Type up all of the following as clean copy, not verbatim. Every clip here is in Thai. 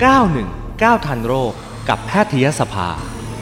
919 ทันโรคกับแพทยสภา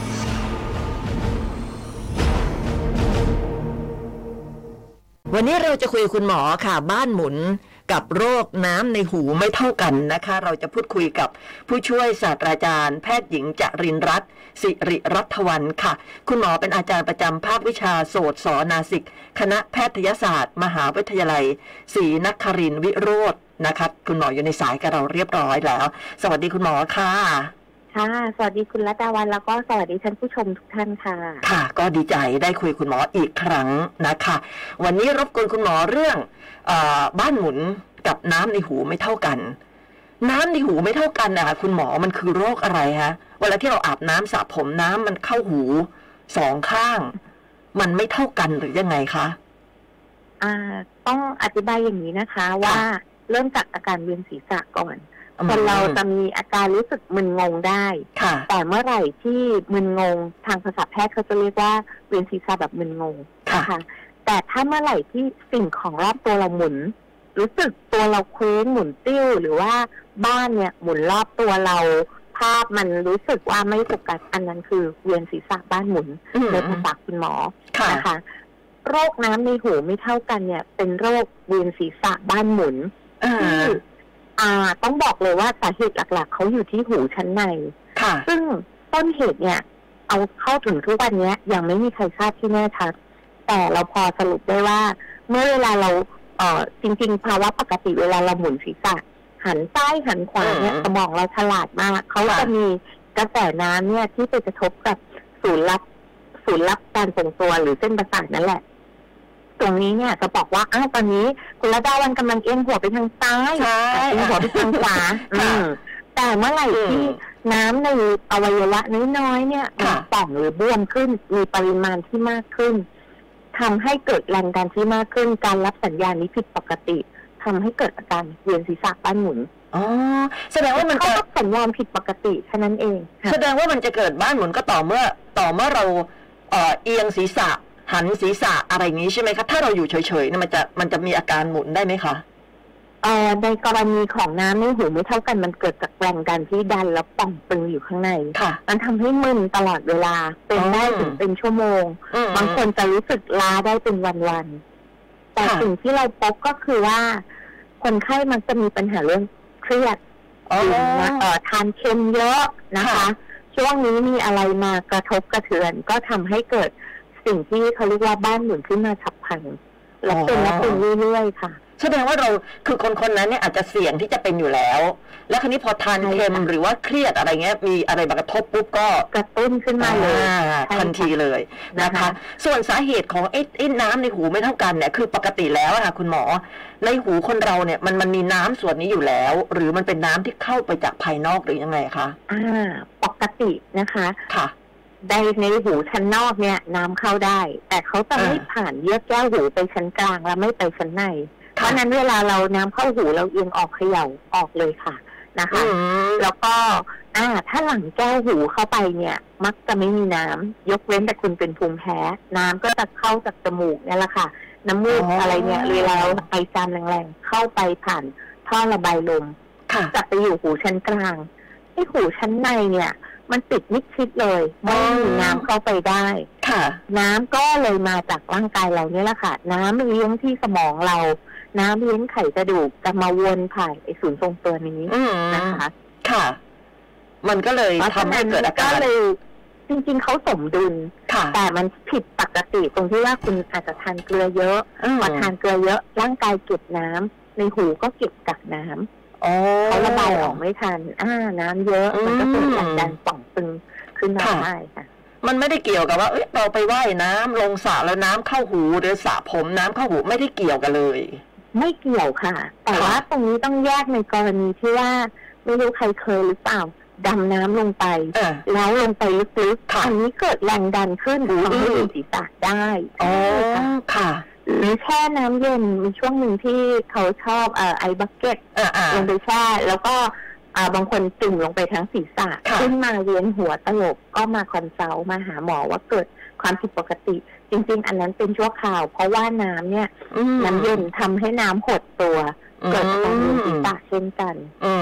วันนี้เราจะคุยกับคุณหมอค่ะบ้านหมุนกับโรคน้ำในหูไม่เท่ากันนะคะเราจะพูดคุยกับผู้ช่วยศาสตราจารย์แพทย์หญิงจรินรัตน์สิริรัตวรรณค่ะคุณหมอเป็นอาจารย์ประจำภาควิชาโสตศนาสิกคณะแพทยศาสตร์มหาวิทยาลัยศรีนครินทร์วิโรจน์นะคะคุณหมออยู่ในสายกับเราเรียบร้อยแล้วสวัสดีคุณหมอค่ะค่ะสวัสดีคุณรัตวันแล้วก็สวัสดีท่านผู้ชมทุกท่านค่ะค่ะก็ดีใจได้คุยคุณหมออีกครั้งนะคะวันนี้รบกวนคุณหมอเรื่องบ้านหมุนกับน้ำในหูไม่เท่ากันน้ำในหูไม่เท่ากันนะคะคุณหมอมันคือโรคอะไรฮะเวลาที่เราอาบน้ำสระผมน้ำมันเข้าหูสองข้างมันไม่เท่ากันหรือยังไงคะต้องอธิบายอย่างนี้นะคะว่าเริ่มจากอาการเวียนศีรษะก่อนคนเราจะมีอาการรู้สึกมึนงงได้แต่เมื่อไหร่ที่มึนงงทางภาษาแพทย์เขาจะเรียกว่าเวียนศีรษะแบบมึนงงนะคะแต่ถ้าเมื่อไหร่ที่สิ่งของรอบตัวเราหมุนรู้สึกตัวเราเคว้งหมุนติ้วหรือว่าบ้านเนี่ยหมุนรอบตัวเราภาพมันรู้สึกว่าไม่โฟกัสอันนั้นคือเวียนศีรษะบ้านหมุนในภาษาคุณหมอนะคะโรคน้ำในหูไม่เท่ากันเนี่ยเป็นโรคเวียนศีรษะบ้านหมุนที่ต้องบอกเลยว่าสาเหตุหลักๆเขาอยู่ที่หูชั้นในซึ่งต้นเหตุเนี่ยเอาเข้าถึงทุกวันนี้ยังไม่มีใครทราบที่แน่ชัดแต่เราพอสรุปได้ว่าเมื่อเวลาเราจริงๆภาวะปกติเวลาเราหมุนศีรษะหันซ้ายหันขวาเนี่ยสมองเราฉลาดมากเขาจะมีกระแสน้ำเนี่ยที่ไปกระทบกับศูนย์รับการทรงตัวหรือเส้นประสาทนั่นแหละตรงนี้เนี่ยจะบอกว่าตอนนี้คุณระดาวันกำลังเอียงหัวไปทางซ้ายเอียงหัวไปทางขวาแต่เมื่อไหร่ที่น้ำในอวัยวะน้อยๆเนี่ยมันป่องหรือบวมขึ้นมีปริมาณที่มากขึ้นทำให้เกิดแรงดันที่มากขึ้นการรับสัญญาณนี้ผิดปกติทำให้เกิดอาการเวียนศีรษะบ้านหมุนแสดงว่ามันจะสัญญาณผิดปกติแค่นั้นเองแสดงว่ามันจะเกิดบ้านหมุนก็ต่อเมื่อเราเอียงศีรษะหันศีรษะอะไรอย่างนี้ใช่ไหมคะถ้าเราอยู่เฉยๆเนี่ยมันจะมีอาการหมุนได้ไหมคะในกรณีของน้ำในหูไม่เท่ากันมันเกิดจากแรงดันที่ดันแล้วป่องตึงอยู่ข้างในมันทำให้มึนตลอดเวลาเป็นได้ถึงเป็นชั่วโมงบางคนจะรู้สึกล้าได้เป็นวันๆแต่สิ่งที่เราพบก็คือว่าคนไข้มันจะมีปัญหาเรื่องเครียดทานเค็มเยอะนะคะช่วงนี้มีอะไรมากระทบกระเทือนก็ทำให้เกิดสิ่งที่เขาเรียกว่าบ้านหมุนขึ้นมาฉับพลันแล้วเป็นเรื่อยๆค่ะแสดงว่าเราคือคนนั้นเนี่ยอาจจะเสี่ยงที่จะเป็นอยู่แล้วแล้วคราวนี้พอทานเค็มหรือว่าเครียดอะไรเงี้ยมีอะไรมากระทบปุ๊บก็กระตุ้นขึ้นมาเลยทันทีเลยนะคะส่วนสาเหตุของไอ้น้ำในหูไม่เท่ากันเนี่ยคือปกติแล้วค่ะคุณหมอในหูคนเราเนี่ยมันมีน้ำส่วนนี้อยู่แล้วหรือมันเป็นน้ำที่เข้าไปจากภายนอกหรือยังไงคะปกตินะคะค่ะในหูชั้นนอกเนี่ยน้ำเข้าได้แต่เขาจะไม่ผ่านเยื่อแก้วหูไปชั้นกลางแล้วไม่ไปชั้นในเพราะนั้นเวลาเราน้ำเข้าหูเราเอียงออกเขย่าออกเลยค่ะนะคะแล้วก็ถ้าหลังแก้วหูเข้าไปเนี่ยมักจะไม่มีน้ำยกเว้นแต่คุณเป็นภูมิแพ้น้ำก็จะเข้าจากจมูกนี่แหละค่ะน้ำมูกอะไรเนี่ยเวลาไอจามแรงๆเข้าไปผ่านท่อระบายลมจะไปอยู่หูชั้นกลางที่หูชั้นในเนี่ยมันปิดมิดชิดเลยไม่มีน้ำเข้าไปได้น้ำก็เลยมาจากร่างกายเราเนี่ยแหละค่ะน้ำเลี้ยงที่สมองเราน้ำเลี้ยงไขกระดูกจะมาวนผ่านไอ้ศูนย์ทรงตัวนี้นะคะค่ะมันก็เลยทำให้เกิดอาการเลยจริงๆเขาสมดุลแต่มันผิดปกติตรงที่ว่าคุณอาจจะทานเกลือเยอะพอทานเกลือเยอะร่างกายเก็บน้ำในหูก็เก็บกักน้ำเขาระบายออกไม่ทันน้ำเยอะมันก็เกิดแรงดันป่องตึงขึ้นมาได้ค่ะมันไม่ได้เกี่ยวกับว่าเราไปว่ายน้ำลงสระแล้วน้ำเข้าหูหรือสระผมน้ำเข้าหูไม่ได้เกี่ยวกันเลยไม่เกี่ยวค่ะแต่ว่าตรงนี้ต้องแยกในกรณีที่ว่าไม่รู้ใครเคยหรือเปล่าดำน้ำลงไปแล้วลงไปลึกๆอันนี้เกิดแรงดันขึ้นทำให้มีศีรษะได้ค่ะหรือแช่น้ำเย็นมีช่วงหนึ่งที่เขาชอบไอบักเก็ตลงไปแช่แล้วก็บางคนจุ่มลงไปทั้งศีรษะขึ้นมาเวียนหัวตลบก็มาคอนซัลท์มาหาหมอว่าเกิดความผิดปกติจริงๆอันนั้นเป็นชั่วคราวเพราะว่าน้ำเนี่ยน้ำเย็นทำให้น้ำหดตัวเกิดอาการเวียนศีรษะเช่นกัน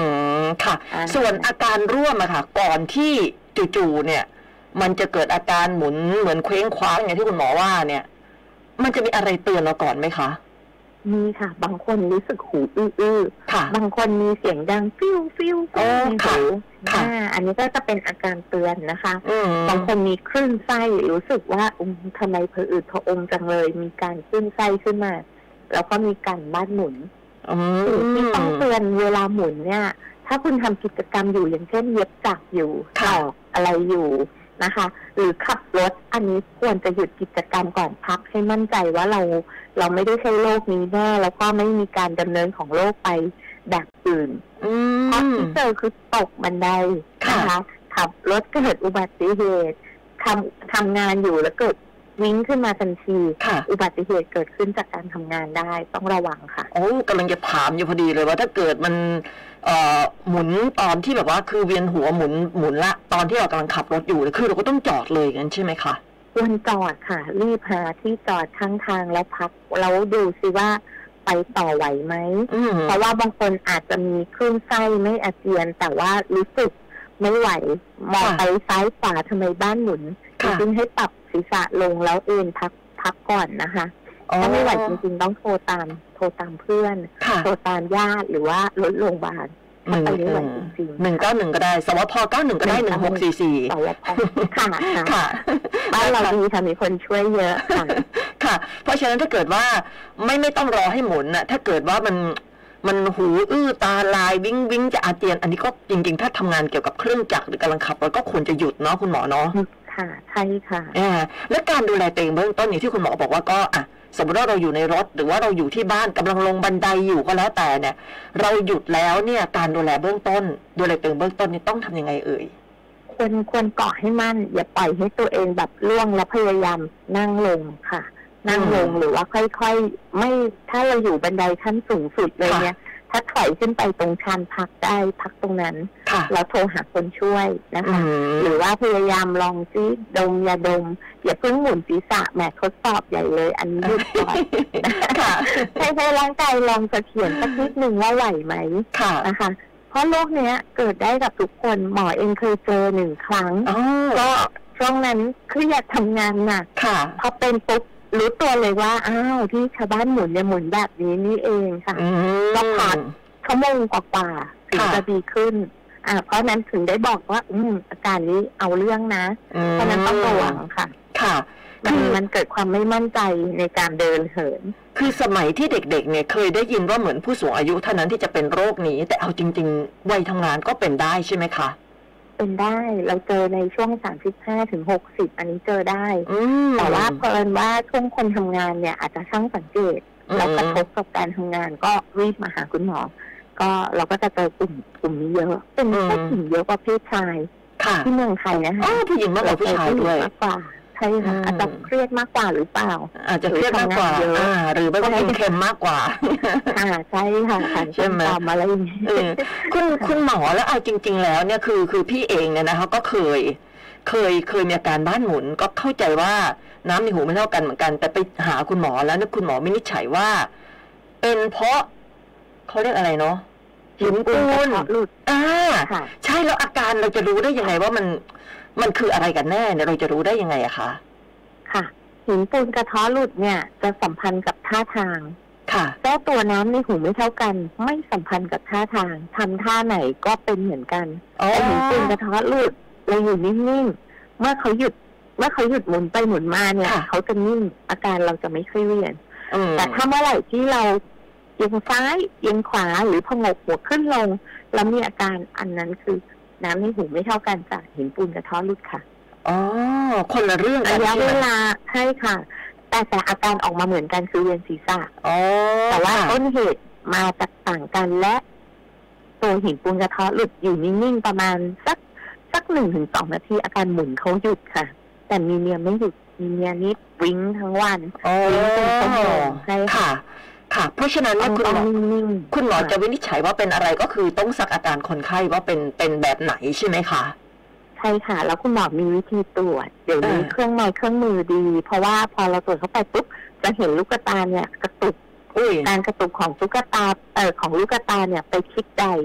ค่ะส่วนอาการร่วมอะค่ะก่อนที่จู่ๆเนี่ยมันจะเกิดอาการหมุนเหมือนเคว้งคว้างอย่างที่คุณหมอว่าเนี่ยมันจะมีอะไรเตือนเราก่อนไหมคะมีค่ะบางคนรู้สึกหูอื้อๆบางคนมีเสียงดังฟิวฟิวในหูอันนี้ก็จะเป็นอาการเตือนนะคะบางคนมีคลื่นไส้รู้สึกว่าทำไมผะอืดผะอมจังเลยมีการคลื่นไส้ขึ้นมาแล้วก็มีการบ้านหมุนที่ต้องเตือนเวลาหมุนเนี่ยถ้าคุณทำกิจกรรมอยู่อย่างเช่นเย็บจักรอยู่ตอกอะไรอยู่นะคะหรือขับรถอันนี้ควรจะหยุดกิจกรรมก่อนพักให้มั่นใจว่าเราไม่ได้ใช้โรคนี้แน่แล้วก็ไม่มีการดำเนินของโรคไปแบบอื่นเพราะที่เจอคือตกบันไดนะคะขับรถเกิดอุบัติเหตุทำงานอยู่แล้วเกิดวิ่งขึ้นมาทันทีอุบัติเหตุเกิดขึ้นจากการทำงานได้ต้องระวังค่ะโอ้กำลังจะถามอยู่พอดีเลยว่าถ้าเกิดมันหมุนตอนที่แบบว่าคือเวียนหัวหมุนละตอนที่เรากำลังขับรถอยู่คือเราก็ต้องจอดเลยงั้นใช่ไหมคะควรจอดค่ะรีบหาที่จอดข้างทางแล้วพักแล้วดูซิว่าไปต่อไหวไหมเพราะว่าบางคนอาจจะมีคลื่นไส้ไม่อาเจียนแต่ว่ารู้สึกไม่ไหวมองไปซ้ายขวาทำไมบ้านหมุนจึงให้ปรับศีรษะลงแล้วเอนพักก่อนนะคะถ้าไม่ไหวจริงๆต้องโทรตามเพื่อนโทรตามญาติหรือว่ารถโรงพยาบาลไปไม่ไหวจริงๆ 191ก็ได้สวพ91ก็ได้1644 สวพค่ะบ้านเราดีค่ะมีคนช่วยเยอะค่ะเพราะฉะนั้นถ้าเกิดว่าไม่ต้องรอให้หมุนน่ะถ้าเกิดว่ามันหูอื้อตาลายวิ้งจะอาเจียนอันนี้ก็จริงๆถ้าทำงานเกี่ยวกับเครื่องจักรหรือกำลังขับรถก็ควรจะหยุดเนาะคุณหมอเนาะค่ะใช่ค่ะและการดูแลตัวเองเบื้องต้นอย่างที่คุณหมอบอกว่าก็สมมติว่าเราอยู่ในรถหรือว่าเราอยู่ที่บ้านกำลังลงบันไดอยู่ก็แล้วแต่เนี่ยเราหยุดแล้วเนี่ยการดูแลเบื้องต้นดูแลตัวเองเบื้องต้นนี่ต้องทำยังไงเอ่ยควรเกาะให้มั่นอย่าปล่อยให้ตัวเองแบบล่วงแล้วพยายามนั่งลงค่ะนั่งลงหรือว่าค่อยๆไม่ถ้าเราอยู่บันไดขั้นสูงสุดเลยเนี่ยถ้าถอยขึ้นไปตรงชันพักได้พักตรงนั้นแล้วโทรหาคนช่วยนะคะหรือว่าพยายามลองซิดมยาดมอย่าเพิ่งหมุนศีรษะแหมทดสอบใหญ่เลยอันนี้หยุดก่อนให้ร่างกายลองเสถียรสักนิดนึงว่าไหวไหมนะคะเพราะโรคเนี้ยเกิดได้กับทุกคนหมอเองเคยเจอ1 ครั้งก็ช่วงนั้นคืออยากทำงานหนักพอเป็นปุ๊บรู้ตัวเลยว่าที่ชาวบ้านหมุนเนี่ยหมุนแบบนี้นี่เองค่ะก็ผ่านชั่วโมงกว่าถึงจะดีขึ้นเพราะนั้นถึงได้บอกว่าอาการนี้เอาเรื่องนะเพราะนั้นต้องระวังค่ะมันเกิดความไม่มั่นใจในการเดินเหินคือสมัยที่เด็กๆเนี่ยเคยได้ยินว่าเหมือนผู้สูงอายุเท่านั้นที่จะเป็นโรคนี้แต่เอาจริงๆวัยทำงานก็เป็นได้ใช่ไหมคะเป็นได้เราเจอในช่วง35 ถึง 60อันนี้เจอได้แต่ว่าเพิ่นว่าช่วงคนทำงานเนี่ยอาจจะช่างสังเกตแล้วกระทบกับการทำงานก็รีบมาหาคุณหมอก็เราก็จะเจอกลุ่มนี้เยอะเป็นผู้หญิงเยอะกว่าเพศชายที่เมืองไทยนะคะผู้หญิงมากกว่าผู้ชายด้วยมากกว่าใช่ค่ะอาจจะเครียดมากกว่าหรือเปล่าอาจจะเครียดมากกว่าหรือไม่ก็กินเค็มมากกว่าใช่ค่ะใช่ไหมอะไรอย่างนี้คุณหมอแล้วเอาจริงๆแล้วเนี่ยคือพี่เองเนี่ยนะคะก็เคยมีอาการบ้านหมุนก็เข้าใจว่าน้ำในหูไม่เท่ากันเหมือนกันแต่ไปหาคุณหมอแล้วคุณหมอวินิจฉัยว่าเป็นเพราะเขาเรียกอะไรเนาะหินปูนหลุดใช่แล้วอาการเราจะรู้ได้ยังไงว่ามันคืออะไรกันแน่เนี่ยเราจะรู้ได้ยังไงอะคะค่ะหินปูนกระเทาะหลุดเนี่ยจะสัมพันธ์กับท่าทางแต่ตัวน้ำในหูไม่เท่ากันไม่สัมพันธ์กับท่าทางทำท่าไหนก็เป็นเหมือนกันแต่หินปูนกระเทาะหลุดเราอยู่นิ่งๆเมื่อเขาหยุดหมุนไปหมุนมาเนี่ยเขาจะนิ่งอาการเราจะไม่เครียดแต่ถ้าเมื่อไหร่ที่เราเอียงซ้ายเอียงขวาหรือพงกหัวขึ้นลงแล้วมีอาการอันนั้นคือน้ำในหูไม่เท่ากันจากหินปูนกระเทาะหลุดค่ะคนละเรื่องกันระยะเวลาใช่ค่ะแต่อาการออกมาเหมือนกันคือเวียนศีรษะแต่ว่าต้นเหตุมาจากต่างกันและตัวหินปูนกระเทาะหลุดอยู่นิ่งๆประมาณสัก 1-2 นาทีอาการหมุนเขาหยุดค่ะแต่มีเนียไม่หยุดมีเนียนิดวิ่งทั้งวันวิ่งเป็นชั่วโมงใช่ค่ะเพราะฉะนั้นคุณหมอจะวินิจฉัยว่าเป็นอะไรก็คือต้องซักอาการคนไข้ว่าเป็นแบบไหนใช่ไหมคะใช่ค่ะแล้วคุณหมอมีวิธีตรวจเดี๋ยวนี้เครื่องมือดีเพราะว่าพอเราตรวจเข้าไปปุ๊บจะเห็นลูกตาเนี่ยกระตุกการกระตุกของลูกตาเนี่ยไปคลิกใด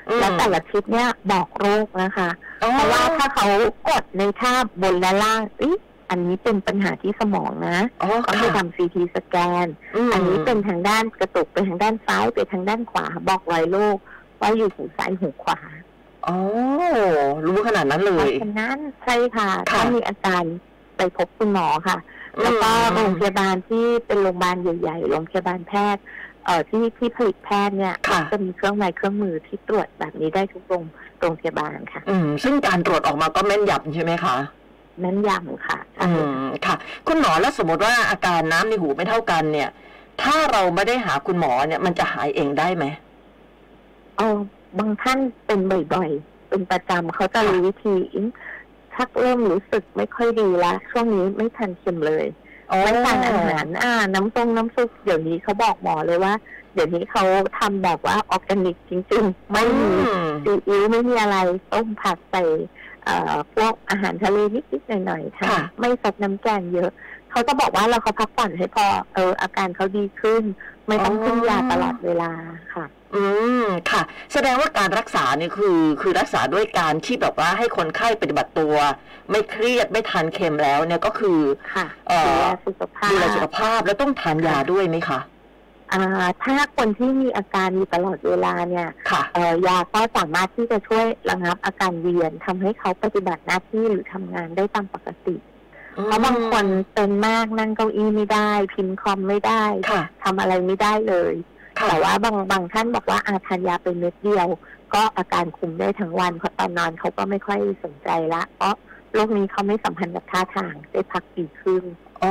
แล้วแต่ละทิศเนี่ยบอกโรคนะคะเพราะว่าถ้าเขากดในท่าบนและล่างอันนี้เป็นปัญหาที่สมองนะต้องไปทำซีทีสแกนอันนี้เป็นทางด้านกระตุกไปทางด้านซ้ายไปทางด้านขวาบอกรอยโรคว่าอยู่หูซ้ายหูขวาอ๋อรู้ขนาดนั้นเลยฉะนั้นใช่ค่ะถ้ามีอาการไปพบคุณหมอค่ะแล้วก็โรงพยาบาลที่เป็นโรงพยาบาลใหญ่ๆโรงพยาบาลแพทย์ที่ผลิตแพทย์เนี่ยจะมีเครื่องไม้เครื่องมือที่ตรวจแบบนี้ได้ทุกโรงพยาบาลค่ะซึ่งการตรวจออกมาก็แม่นยำใช่ไหมคะแม่นยำค่ะค่ะคุณหมอแล้วสมมติว่าอาการน้ำในหูไม่เท่ากันเนี่ยถ้าเราไม่ได้หาคุณหมอเนี่ยมันจะหายเองได้ไหมบางท่านเป็นบ่อยๆเป็นประจำเขาจะรู้วิธีชักเริ่มรู้สึกไม่ค่อยดีละช่วงนี้ไม่ทานเค็มเลยไม่ทานอาหารน้ำซุปเดี๋ยวนี้เขาบอกหมอเลยว่าเดี๋ยวนี้เขาทำแบบว่าออร์แกนิกจริงๆไม่มีซีอิ๊วไม่มีอะไรต้มผักใส่พวกอาหารทะเลนิดๆหน่อยๆค่ะไม่ใส่น้ำแกงเยอะเขาจะบอกว่าเราเขาพักผ่อนให้พออาการเขาดีขึ้นไม่ต้องขึ้นยาตลอดเวลาค่ะค่ะแสดงว่าการรักษาเนี่ยคือรักษาด้วยการที่แบบว่าให้คนไข้ปฏิบัติตัวไม่เครียดไม่ทานเค็มแล้วเนี่ยก็คือดูแลสุขภาพแล้วต้องทานยาด้วยไหมคะถ้าคนที่มีอาการอยู่ตลอดเวลาเนี่ยยาก็สามารถที่จะช่วยระงับอาการเวียนทำให้เขาปฏิบัติหน้าที่หรือทำงานได้ตามปกติเพราะบางคนเป็นมากนั่งเก้าอี้ไม่ได้พิมพ์คอมไม่ได้ทำอะไรไม่ได้เลยแต่ว่าบางท่านบอกว่าทานยาไปเม็ดเดียวก็อาการคุมได้ทั้งวันเพราะตอนนอนเขาก็ไม่ค่อยสนใจละเพราะโรคนี้เขาไม่สัมพันธ์กับท่าทางได้พักดีขึ้น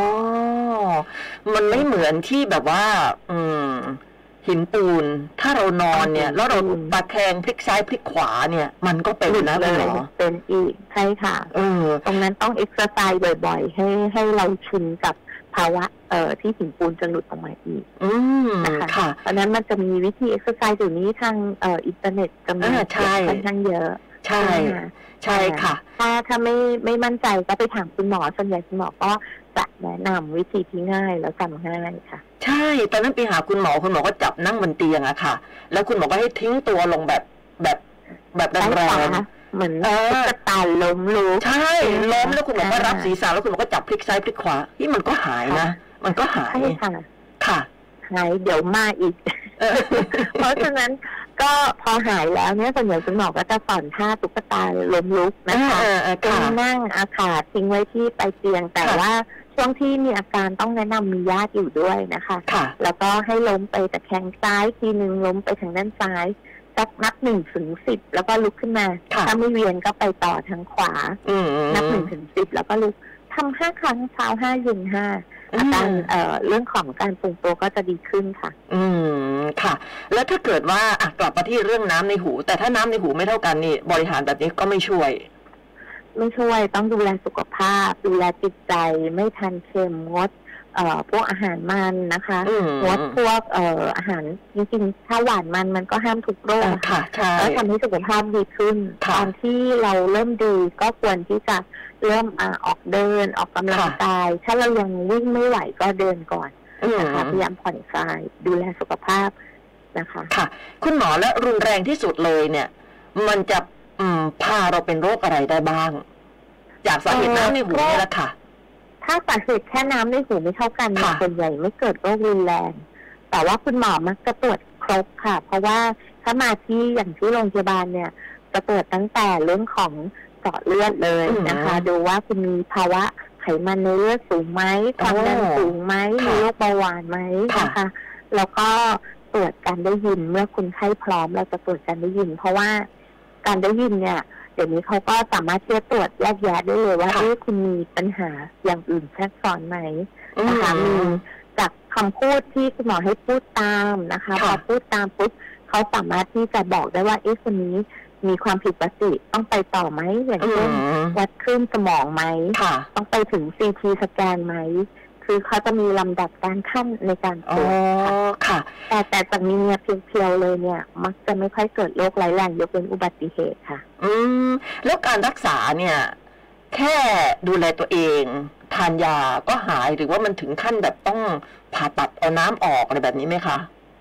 มันไม่เหมือนที่แบบว่าหินปูนถ้าเรานอนเนี่ยแล้วเราตะแคงพลิกซ้ายพลิกขวาเนี่ยมันก็เป็นนะเลยเป็นอีกใช่ค่ะตรงนั้นต้องเอ็กซ์ไซส์บ่อยๆให้เราชินกับภาวะที่หินปูนจะหลุดออกมาอีกนะคะเพราะนั้นมันจะมีวิธีเอ็กซ์ไซส์เดี๋ยวนี้ทางอินเทอร์เน็ตจะมีค่อนข้างเยอะใช่ค่ะถ้าไม่มั่นใจก็ไปถามคุณหมอส่วนใหญ่คุณหมอก็จะแนะนำวิธีที่ง่ายแล้วจำง่ายค่ะใช่ตอนนั้นไปหาคุณหมอก็จับนั่งบนเตียงอะค่ะแล้วคุณหมอก็ให้ทิ้งตัวลงแบบแรงเหมือนจะตายล้มลุกใช่ล้มแล้วคุณหมอก็รับศีรษะแล้วคุณหมอก็จับพลิกซ้ายพลิกขวาที่มันก็หายนะมันก็หายค่ะหายเดี๋ยวมาอีกเพราะฉะนั้นก็พอหายแล้วเนี่ยส่วนใหญ่คุณหมอก็จะสอนท่าตุ๊กตาล้มลุกนะคะก็นั่งขาทิ้งไว้ที่ปลายเตียงแต่ว่าช่วงที่มีอาการต้องแนะนำมีญาติอยู่ด้วยนะคะแล้วก็ให้ล้มไปตะแคงซ้ายทีนึงล้มไปทางด้านซ้ายสักนับ1 ถึง 10แล้วก็ลุกขึ้นมาถ้าไม่เวียนก็ไปต่อทางขวานับ1 ถึง 10แล้วก็ลุกทำ5 ครั้งเช้า5 เย็น5อาการเรื่องของการทรงตัวก็จะดีขึ้นค่ะค่ะแล้วถ้าเกิดว่ากลับมาที่เรื่องน้ำในหูแต่ถ้าน้ำในหูไม่เท่ากันนี่บริหารแบบนี้ก็ไม่ช่วยต้องดูแลสุขภาพดูแลจิตใจไม่ทานเค็มงดพวกอาหารมันนะคะงดพวกอาหารจริงๆถ้าหวานมันก็ห้ามทุกโรคค่ะแล้วทำให้สุขภาพดีขึ้นตอนที่เราเริ่มดีก็ควรที่จะเริ่มออกเดินออกกำลังกายถ้าเรายังวิ่งไม่ไหวก็เดินก่อนนะคะพยายามผ่อนคลายดูแลสุขภาพนะคะค่ะคุณหมอและรุนแรงที่สุดเลยเนี่ยมันจะพาเราเป็นโรคอะไรได้บ้างจากสาเหตุน้ำในหูนี่แหละค่ะถ้าสาเหตุแค่น้ำในหูไม่เท่ากันส่วนใหญ่ไม่เกิดโรครุนแรงแต่ว่าคุณหมอมักจะตรวจครบค่ะเพราะว่าถ้ามาที่อย่างที่โรงพยาบาลเนี่ยจะตรวจตั้งแต่เรื่องของเจาะเลือดเลยนะคะดูว่าคุณมีภาวะไขมันในเลือดสูงไหมความดันสูงไหมมีโรคเบาหวานไหมนะคะแล้วก็ตรวจการได้ยินเมื่อคุณไข้พร้อมเราจะตรวจการได้ยินเพราะว่าการได้ยินเนี่ยเดี๋ยวนี้เขาก็สามารถที่จะตรวจแยกแยะได้เลยว่าคุณมีปัญหาอย่างอื่นแทรกซ้อนไหมนะคะมีจากคำพูดที่คุณหมอให้พูดตามนะคะพอพูดตามปุ๊บเขาสามารถที่จะบอกได้ว่าคนนี้มีความผิดปกติต้องไปต่อไหมอย่างเช่นวัดคลื่นสมองไหมต้องไปถึง CT สแกนไหมคือเขาจะมีลำดับการขั้นในการตรวจค่ะแต่จากนี้เนี่ยเพียวๆเลยเนี่ยมักจะไม่ค่อยเกิดโรคร้ายแรงยกเว้นอุบัติเหตุค่ะแล้วการรักษาเนี่ยแค่ดูแลตัวเองทานยาก็หายหรือว่ามันถึงขั้นแบบต้องผ่าตัดเอาน้ำออกอะไรแบบนี้ไหมคะ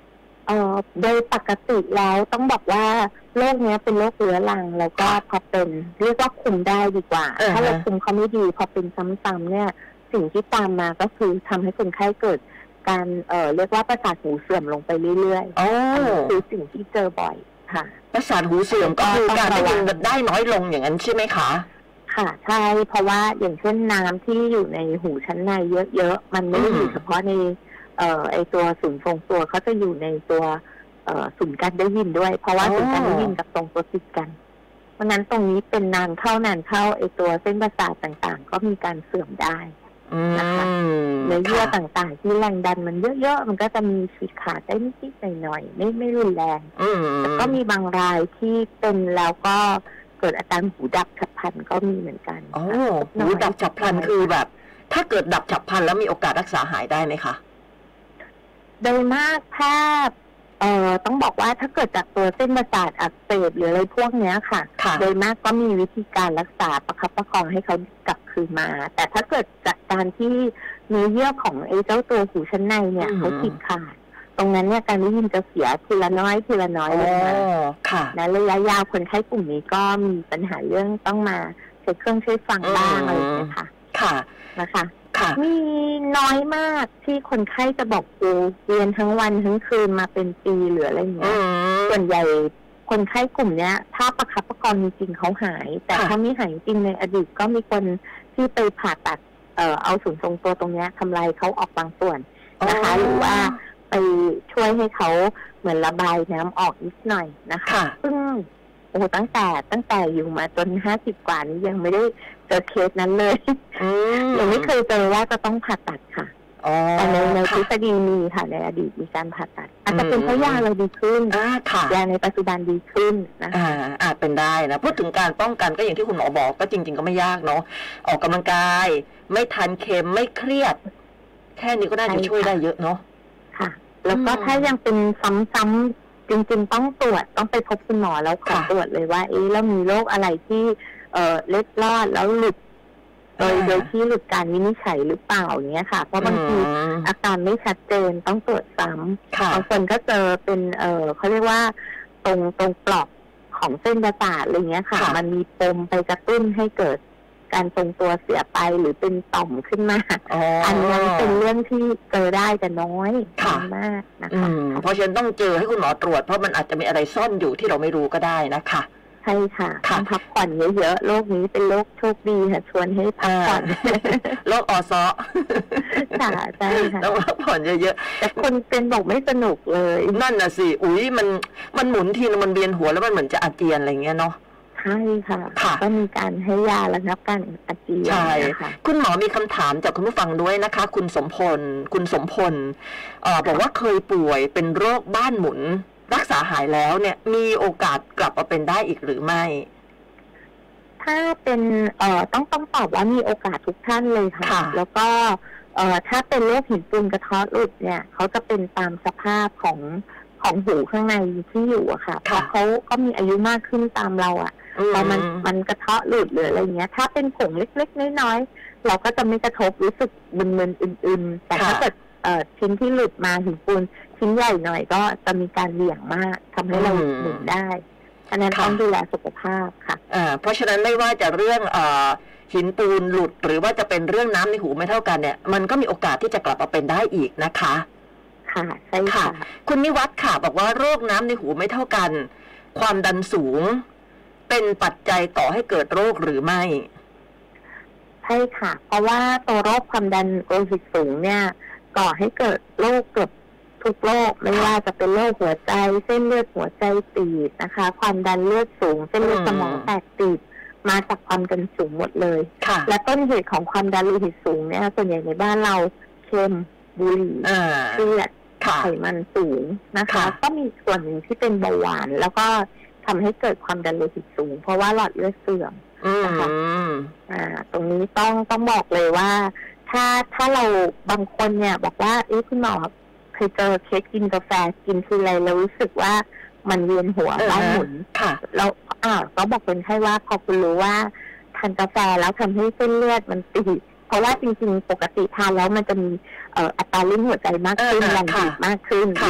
โดยปกติแล้วต้องบอกว่าโรคนี้เป็นโรคเรื้อรังแล้วก็พอเป็นเรียกว่าคุมได้ดีกว่าถ้าเราคุมเขาไม่ดีพอเป็นซ้ำๆเนี่ยสิ่งที่ตามมาก็คือทำให้คนไข้เกิดการเรียกว่าประสาทหูเสื่อมลงไปเรื่อยๆคือสิ่งที่เจอบ่อยค่ะประสาทหูเสื่อมก็คือการได้ยินได้น้อยลงอย่างนั้นใช่ไหมคะค่ะใช่เพราะว่าอย่างเช่นน้ำที่อยู่ในหูชั้นในเยอะๆมันไม่ได้อยู่เฉพาะในไอตัวศูนย์ทรงตัวเขาจะอยู่ในตัวศูนย์การได้ยินด้วยเพราะว่าศูนย์การได้ยินกับตรงตัวติดกันเพราะนั้นตรงนี้เป็นนานเข้ไอตัวเส้นประสาทต่างๆก็มีการเสื่อมได้นะคะเนื้อเยื่อต่างๆที่แรงดันมันเยอะๆมันก็จะมีฉีกขาดได้นิดๆหน่อยๆไม่รุนแรงแต่ก็มีบางรายที่เป็นแล้วก็เกิดอาการหูดับฉับพลันก็มีเหมือนกันหูดับฉับพลันคือแบบถ้าเกิดดับฉับพลันแล้วมีโอกาสรักษาหายได้ไหมคะโดยมากแพทย์ต้องบอกว่าถ้าเกิดจากตัวเส้นประสาทอักเสบหรืออะไรพวกนี้ค่ะโดยมากก็มีวิธีการรักษาประคับประคองให้เขากลับคืนมาแต่ถ้าเกิดจากการที่เนื้อเยื่อของไอ้เจ้าตัวหูชั้นในเนี่ยเขาฉีกขาดตรงนั้นเนี่ยการได้ยินจะเสียทีละน้อยลงมาและระยะยาวคนไข้กลุ่มนี้ก็มีปัญหาเรื่องต้องมาใช้เครื่องช่วยฟังบ้างอะไรอย่างเงี้ยค่ะนะคะมีน้อยมากที่คนไข้จะบอกกูเรียนทั้งวันทั้งคืนมาเป็นปีหรืออะไรอย่างเงี้ยส่วนใหญ่คนไข้กลุ่มเนี้ยถ้าประคับประคองจริงๆเขาหายแต่ถ้าไม่หายจริงในอดีตก็มีคนที่ไปผ่าตัดเอาศูนย์ทรงตัวตรงเนี้ยทำลายเขาออกบางส่วนนะคะหรือว่าไปช่วยให้เขาเหมือนระบายน้ำออกนิดหน่อยนะคะซึ่งตั้งแต่อยู่มาจน50 กว่านี้ยังไม่ได้เจอเคสนั้นเลยยังไม่เคยเจอว่าจะต้องผ่าตัดค่ะแต่ในทฤษฎีมีค่ะในอดีตมีการผ่าตัดอาจจะเป็นเพราะยาเราดีขึ้นยาในปัจจุบันดีขึ้นนะคะอาจเป็นได้นะพูดถึงการป้องกันก็อย่างที่คุณหมอบอกก็จริงๆก็ไม่ยากเนาะออกกำลังกายไม่ทานเค็มไม่เครียดแค่นี้ก็น่าจะช่วยได้เยอะเนาะค่ะแล้วก็ถ้ายังเป็นซ้ำๆจริงๆต้องตรวจต้องไปพบคุณหมอแล้วขอตรวจเลยว่าแล้วมีโรคอะไรที่เล็ดลอดแล้วหลุดโดยที่หลุดการวินิจฉัยหรือเปล่าอย่างเงี้ยค่ะเพราะบางทีอาการไม่ชัดเจนต้องตรวจซ้ำบางคนก็เจอเป็นเขาเรียกว่าตรงปลอกของเส้นประสาทอะไรเงี้ยค่ะมันมีปมไปกระตุ้นให้เกิดการทรงตัวเสียไปหรือเป็นต่อมขึ้นมาอันนั้นเป็นเรื่องที่เจอได้แต่น้อยมากนะคะเพราะฉะนั้นต้องเจอให้คุณหมอตรวจเพราะมันอาจจะมีอะไรซ่อนอยู่ที่เราไม่รู้ก็ได้นะคะใช่ค่ะต้องพักผ่อนเยอะๆโรคนี้เป็นโรคโชคดีค่ะชวนให้พักผ่อนโรคอซอค่ะใช่ค่ะต้องพักผ่อนเยอะๆแต่คนเป็นบอกไม่สนุกเลยนั่นน่ะสิมันหมุนทีนึงมันเวียนหัวแล้วมันเหมือนจะอาเจียนอะไรเงี้ยเนาะใช่ค่ะก็มีการให้ยาระงับการอาเจียนใช่คุณหมอมีคำถามจากคุณผู้ฟังด้วยนะคะคุณสมพลบอกว่าเคยป่วยเป็นโรคบ้านหมุนรักษาหายแล้วเนี่ยมีโอกาสกลับมาเป็นได้อีกหรือไม่ถ้าเป็นต้องตอบว่ามีโอกาสทุกท่านเลยค่ะแล้วก็ถ้าเป็นโรคหินปูนกระเทาะหลุดเนี่ยเขาจะเป็นตามสภาพของหูข้างในที่อยู่อะค่ะเพราะเขาก็มีอายุมากขึ้นตามเราอะพอมันกระเทาะหลุดหรืออะไรเงี้ยถ้าเป็นผงเล็กๆน้อยๆเราก็จะไม่กระทบรู้สึกมึนๆอื่นๆแต่ถ้าเกิดชิ้นที่หลุดมาหินปูนชิ้นใหญ่หน่อยก็จะมีการเหวี่ยงมากทำให้เราหมุนได้อันนั้นต้องดูแลสุขภาพค่ะเพราะฉะนั้นไม่ว่าจะเรื่องหินปูนหลุดหรือว่าจะเป็นเรื่องน้ำในหูไม่เท่ากันเนี่ยมันก็มีโอกาสที่จะกลับมาเป็นได้อีกนะคะค่ะใช่ค่ะคุณนิวัฒน์ค่ะบอกว่าโรคน้ำในหูไม่เท่ากันความดันสูงเป็นปัจจัยก่อให้เกิดโรคหรือไม่ใช่ค่ะเพราะว่าตัวโรคความดันโลหิตสูงเนี่ยก่อให้เกิดโรคเกือบทุกโรคไม่ว่าจะเป็นโรคหัวใจเส้นเลือดหัวใจตีบนะคะความดันเลือดสูงเส้นเลือดสมองแตกตีบมาจากความดันสูงหมดเลยและต้นเหตุของความดันโลหิตสูงเนี่ยส่วนใหญ่ในบ้านเราเค็มบุหรี่เครียดไขมันสูงนะคะก็มีส่วนหนึ่งที่เป็นเบาหวานแล้วก็ทำให้เกิดความดันโลหิตสูงเพราะว่าหลอดเลือดเสื่อมนะคะตรงนี้ต้องบอกเลยว่าถ้าเราบางคนเนี่ยบอกว่าคุณหมอเคยเจอเคสกินกาแฟกินทีไรแล้วรู้สึกว่ามันเวียนหัวบ้านหมุนแล้วก็บอกคนไข้ว่าพอคุณรู้ว่าทานกาแฟแล้วทำให้เส้นเลือดมันตีบเพราะว่าจริงๆปกติทานแล้วมันจะมีอัตราเร่งหัวใจมากขึ้นแรงบีบมากขึ้นรู้สึก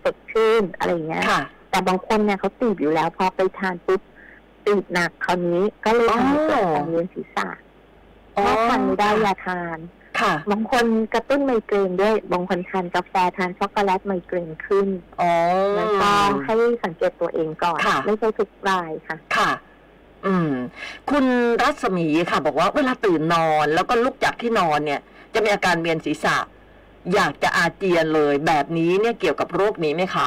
สดชื่นอะไรเงี้ยแต่บางคนเนี่ยเขาตีบอยู่แล้วพอไปทานปุ๊บตีบหนักคราวนี้ก็เลยทำให้เกิดการเวียนศีรษะถ้าทานไม่ได้อย่าทานบางคนกระตุ้นไมเกรนด้วยบางคนทานกาแฟทานช็อกโกแลตไมเกรนขึ้นแล้วก็ให้สังเกตตัวเองก่อนไม่ใช่ทุกรายค่ะค่ะคุณรัศมีค่ะบอกว่าเวลาตื่นนอนแล้วก็ลุกจากที่นอนเนี่ยจะมีอาการเวียนศีรษะอยากจะอาเจียนเลยแบบนี้เนี่ยเกี่ยวกับโรคนี้ไหมคะ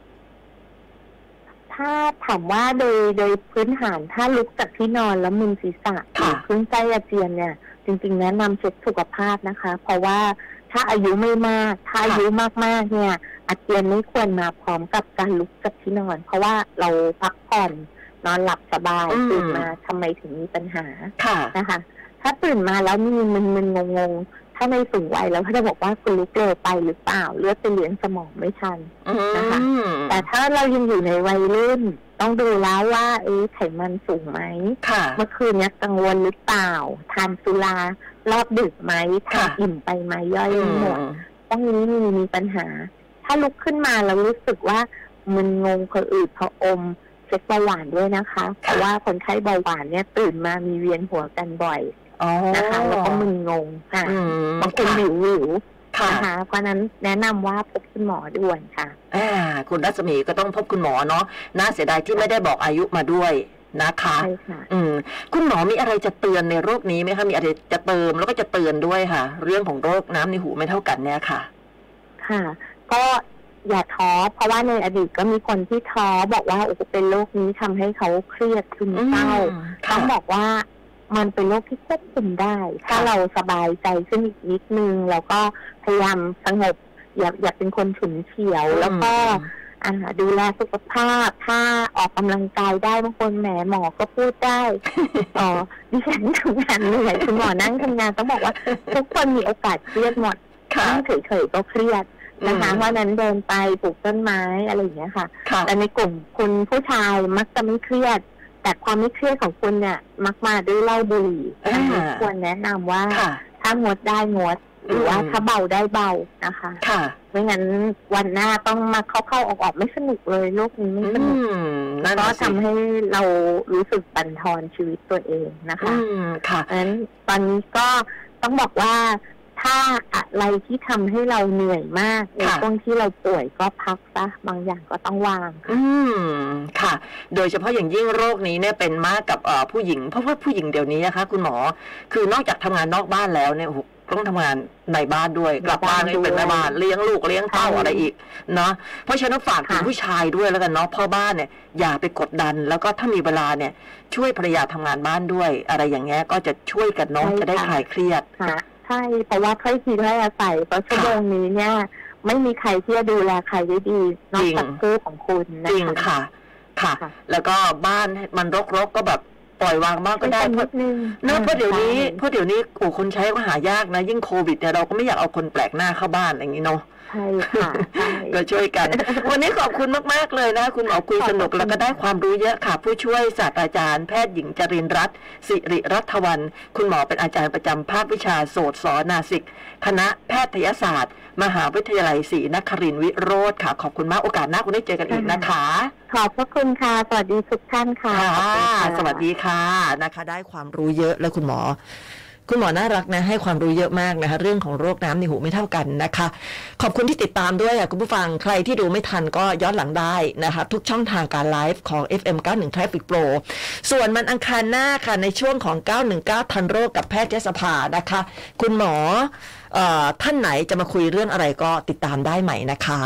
ถ้าถามว่าโดยพื้นฐานถ้าลุกจากที่นอนแล้วมึนศีรษะหรือคลื่นไส้อาเจียนเนี่ยจริงๆแนะนำเช็คสุขภาพนะคะเพราะว่าถ้าอายุไม่มากถ้าอายุมากๆเนี่ยอาเจียนไม่ควรมาพร้อมกับการลุกจากที่นอนเพราะว่าเราพักผ่อนนอนหลับสบายตื่นมาทำไมถึงมีปัญหานะคะถ้าตื่นมาแล้วมีมึนๆงงๆถ้าในสูงวัยแล้วเขาจะบอกว่าคุณลุกเร็วไปหรือเปล่าเลือดไปเลี้ยงสมองไม่ทันนะคะแต่ถ้าเรายังอยู่ในวัยรุ่นต้องดูแล้วว่าไขมันสูงไหมเมื่อคืนนี้กังวลหรือเปล่าทานสุรารอบดึกไหมทานอิ่มไปไหมย่อยไม่หมดต้องนี้มีปัญหาถ้าลุกขึ้นมาแล้วรู้สึกว่ามึนงงผะอืดผะอมเช็คเบาหวานด้วยนะคะเพราะว่าคนไข้เบาหวานเนี่ยตื่นมามีเวียนหัวกันบ่อยนะคะแล้วก็มึนงงค่ะบางคนวิวนะคะเพราะนั้นแนะนำว่าพบคุณหมอด่วนค่ะคุณรัศมีก็ต้องพบคุณหมอเนาะน่าเสียดายที่ไม่ได้บอกอายุมาด้วยนะคะใช่ค่ะคุณหมอมีอะไรจะเตือนในโรคนี้ไหมคะมีอะไรจะเติมแล้วก็จะเตือนด้วยค่ะเรื่องของโรคน้ำในหูไม่เท่ากันเนี่ยค่ะค่ะก็อย่าท้อเพราะว่าในอดีตก็มีคนที่ท้อบอกว่าเป็นโรคนี้ทำให้เขาเครียดซึมเศร้าต้องบอกว่ามันเป็นโรคที่ควบคุมได้ถ้าเราสบายใจขึ้นอีกนิดนึงแล้วก็พยายามสงบอย่าเป็นคนฉุนเฉียวแล้วก็ดูแลสุขภาพถ้าออกกำลังกายได้บางคนแหมหมอก็พูดได้ดิฉันทำงานเหนื่อยคุณหมอนั่งทำงานต้องบอกว่าทุกคนมีโอกาสเครียดหมดนั่งเฉยๆก็เครียดนะคะเพราะนั้นเดินไปปลูกต้นไม้อะไรอย่างเงี้ยค่ะแต่ในกลุ่มคุณผู้ชายมักจะไม่เครียดแต่ความไม่เครียดของคุณเนี่ยมักมาด้วยเหล้าบุหรี่ควรแนะนำว่าถ้างดได้งดหรือว่าถ้าเบาได้เบานะคะไม่งั้นวันหน้าต้องมาเข้าออกไม่สนุกเลยโลกนี้ไม่สนุกก็ทำให้เรารู้สึกบั่นทอนชีวิตตัวเองนะคะเพราะฉะนั้นตอนนี้ก็ต้องบอกว่าถ้าอะไรที่ทำให้เราเหนื่อยมากในช่วงที่เราป่วยก็พักซะบางอย่างก็ต้องวางค่ะโดยเฉพาะอย่างยิ่งโรคนี้เนี่ยเป็นมากกับผู้หญิงเพราะว่าผู้หญิงเดี๋ยวนี้นะคะคุณหมอคือนอกจากทำงานนอกบ้านแล้วเนี่ยต้องทำงานในบ้านด้วยกลับบ้านเป็นแม่บ้านเลี้ยงลูกเลี้ยงเต้าอะไรอีกเนาะเพราะฉะนั้นฝากถึงผู้ชายด้วยแล้วกันเนาะพ่อบ้านเนี่ยอย่าไปกดดันแล้วก็ถ้ามีเวลาเนี่ยช่วยภรรยาทำงานบ้านด้วยอะไรอย่างเงี้ยก็จะช่วยกันเนาะจะได้คลายเครียดใช่เพราะว่าค่อยทีค่อยอาศัยเพราะชั่วโมงนี้เนี่ยไม่มีใครที่จะดูแลใครได้ดีนอกจากคู่ของคุณนะคะจริงค่ะแล้วก็บ้านมันรกๆก็แบบปล่อยวางมากก็ได้เพราะเดี๋ยวนี้คนใช้ก็หายากนะยิ่งโควิดเนี่ยเราก็ไม่อยากเอาคนแปลกหน้าเข้าบ้านอย่างนี้เนาะใช่ค่ะก็ช่วยกันวันนี้ขอบคุณมากๆเลยนะคุณหมอคุยสนุกแล้วก็ได้ความรู้เยอะค่ะผู้ช่วยศาสตราจารย์แพทย์หญิงจรินรัตน์สิริรัตวรรณคุณหมอเป็นอาจารย์ประจำภาควิชาโสตศนาสิกคณะแพทยศาสตร์มหาวิทยาลัยศรีนครินทร์วิโรธค่ะขอบคุณมากโอกาสหน้าคุณได้เจอกันอีกนะคะขอบพระคุณค่ะสวัสดีทุกท่านค่ะสวัสดีค่ะนะคะได้ความรู้เยอะแล้วคุณหมอน่ารักนะให้ความรู้เยอะมากนะคะเรื่องของโรคน้ำในหูไม่เท่ากันนะคะขอบคุณที่ติดตามด้วยคุณผู้ฟังใครที่ดูไม่ทันก็ย้อนหลังได้นะคะทุกช่องทางการไลฟ์ของ FM 91 Traffic Pro ส่วนมันอังคารหน้าค่ะในช่วงของ919ทันโรคกับแพทยสภานะคะคุณหมอท่านไหนจะมาคุยเรื่องอะไรก็ติดตามได้ใหม่นะคะ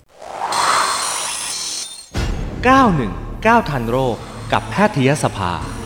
919ทันโรคกับแพทยสภา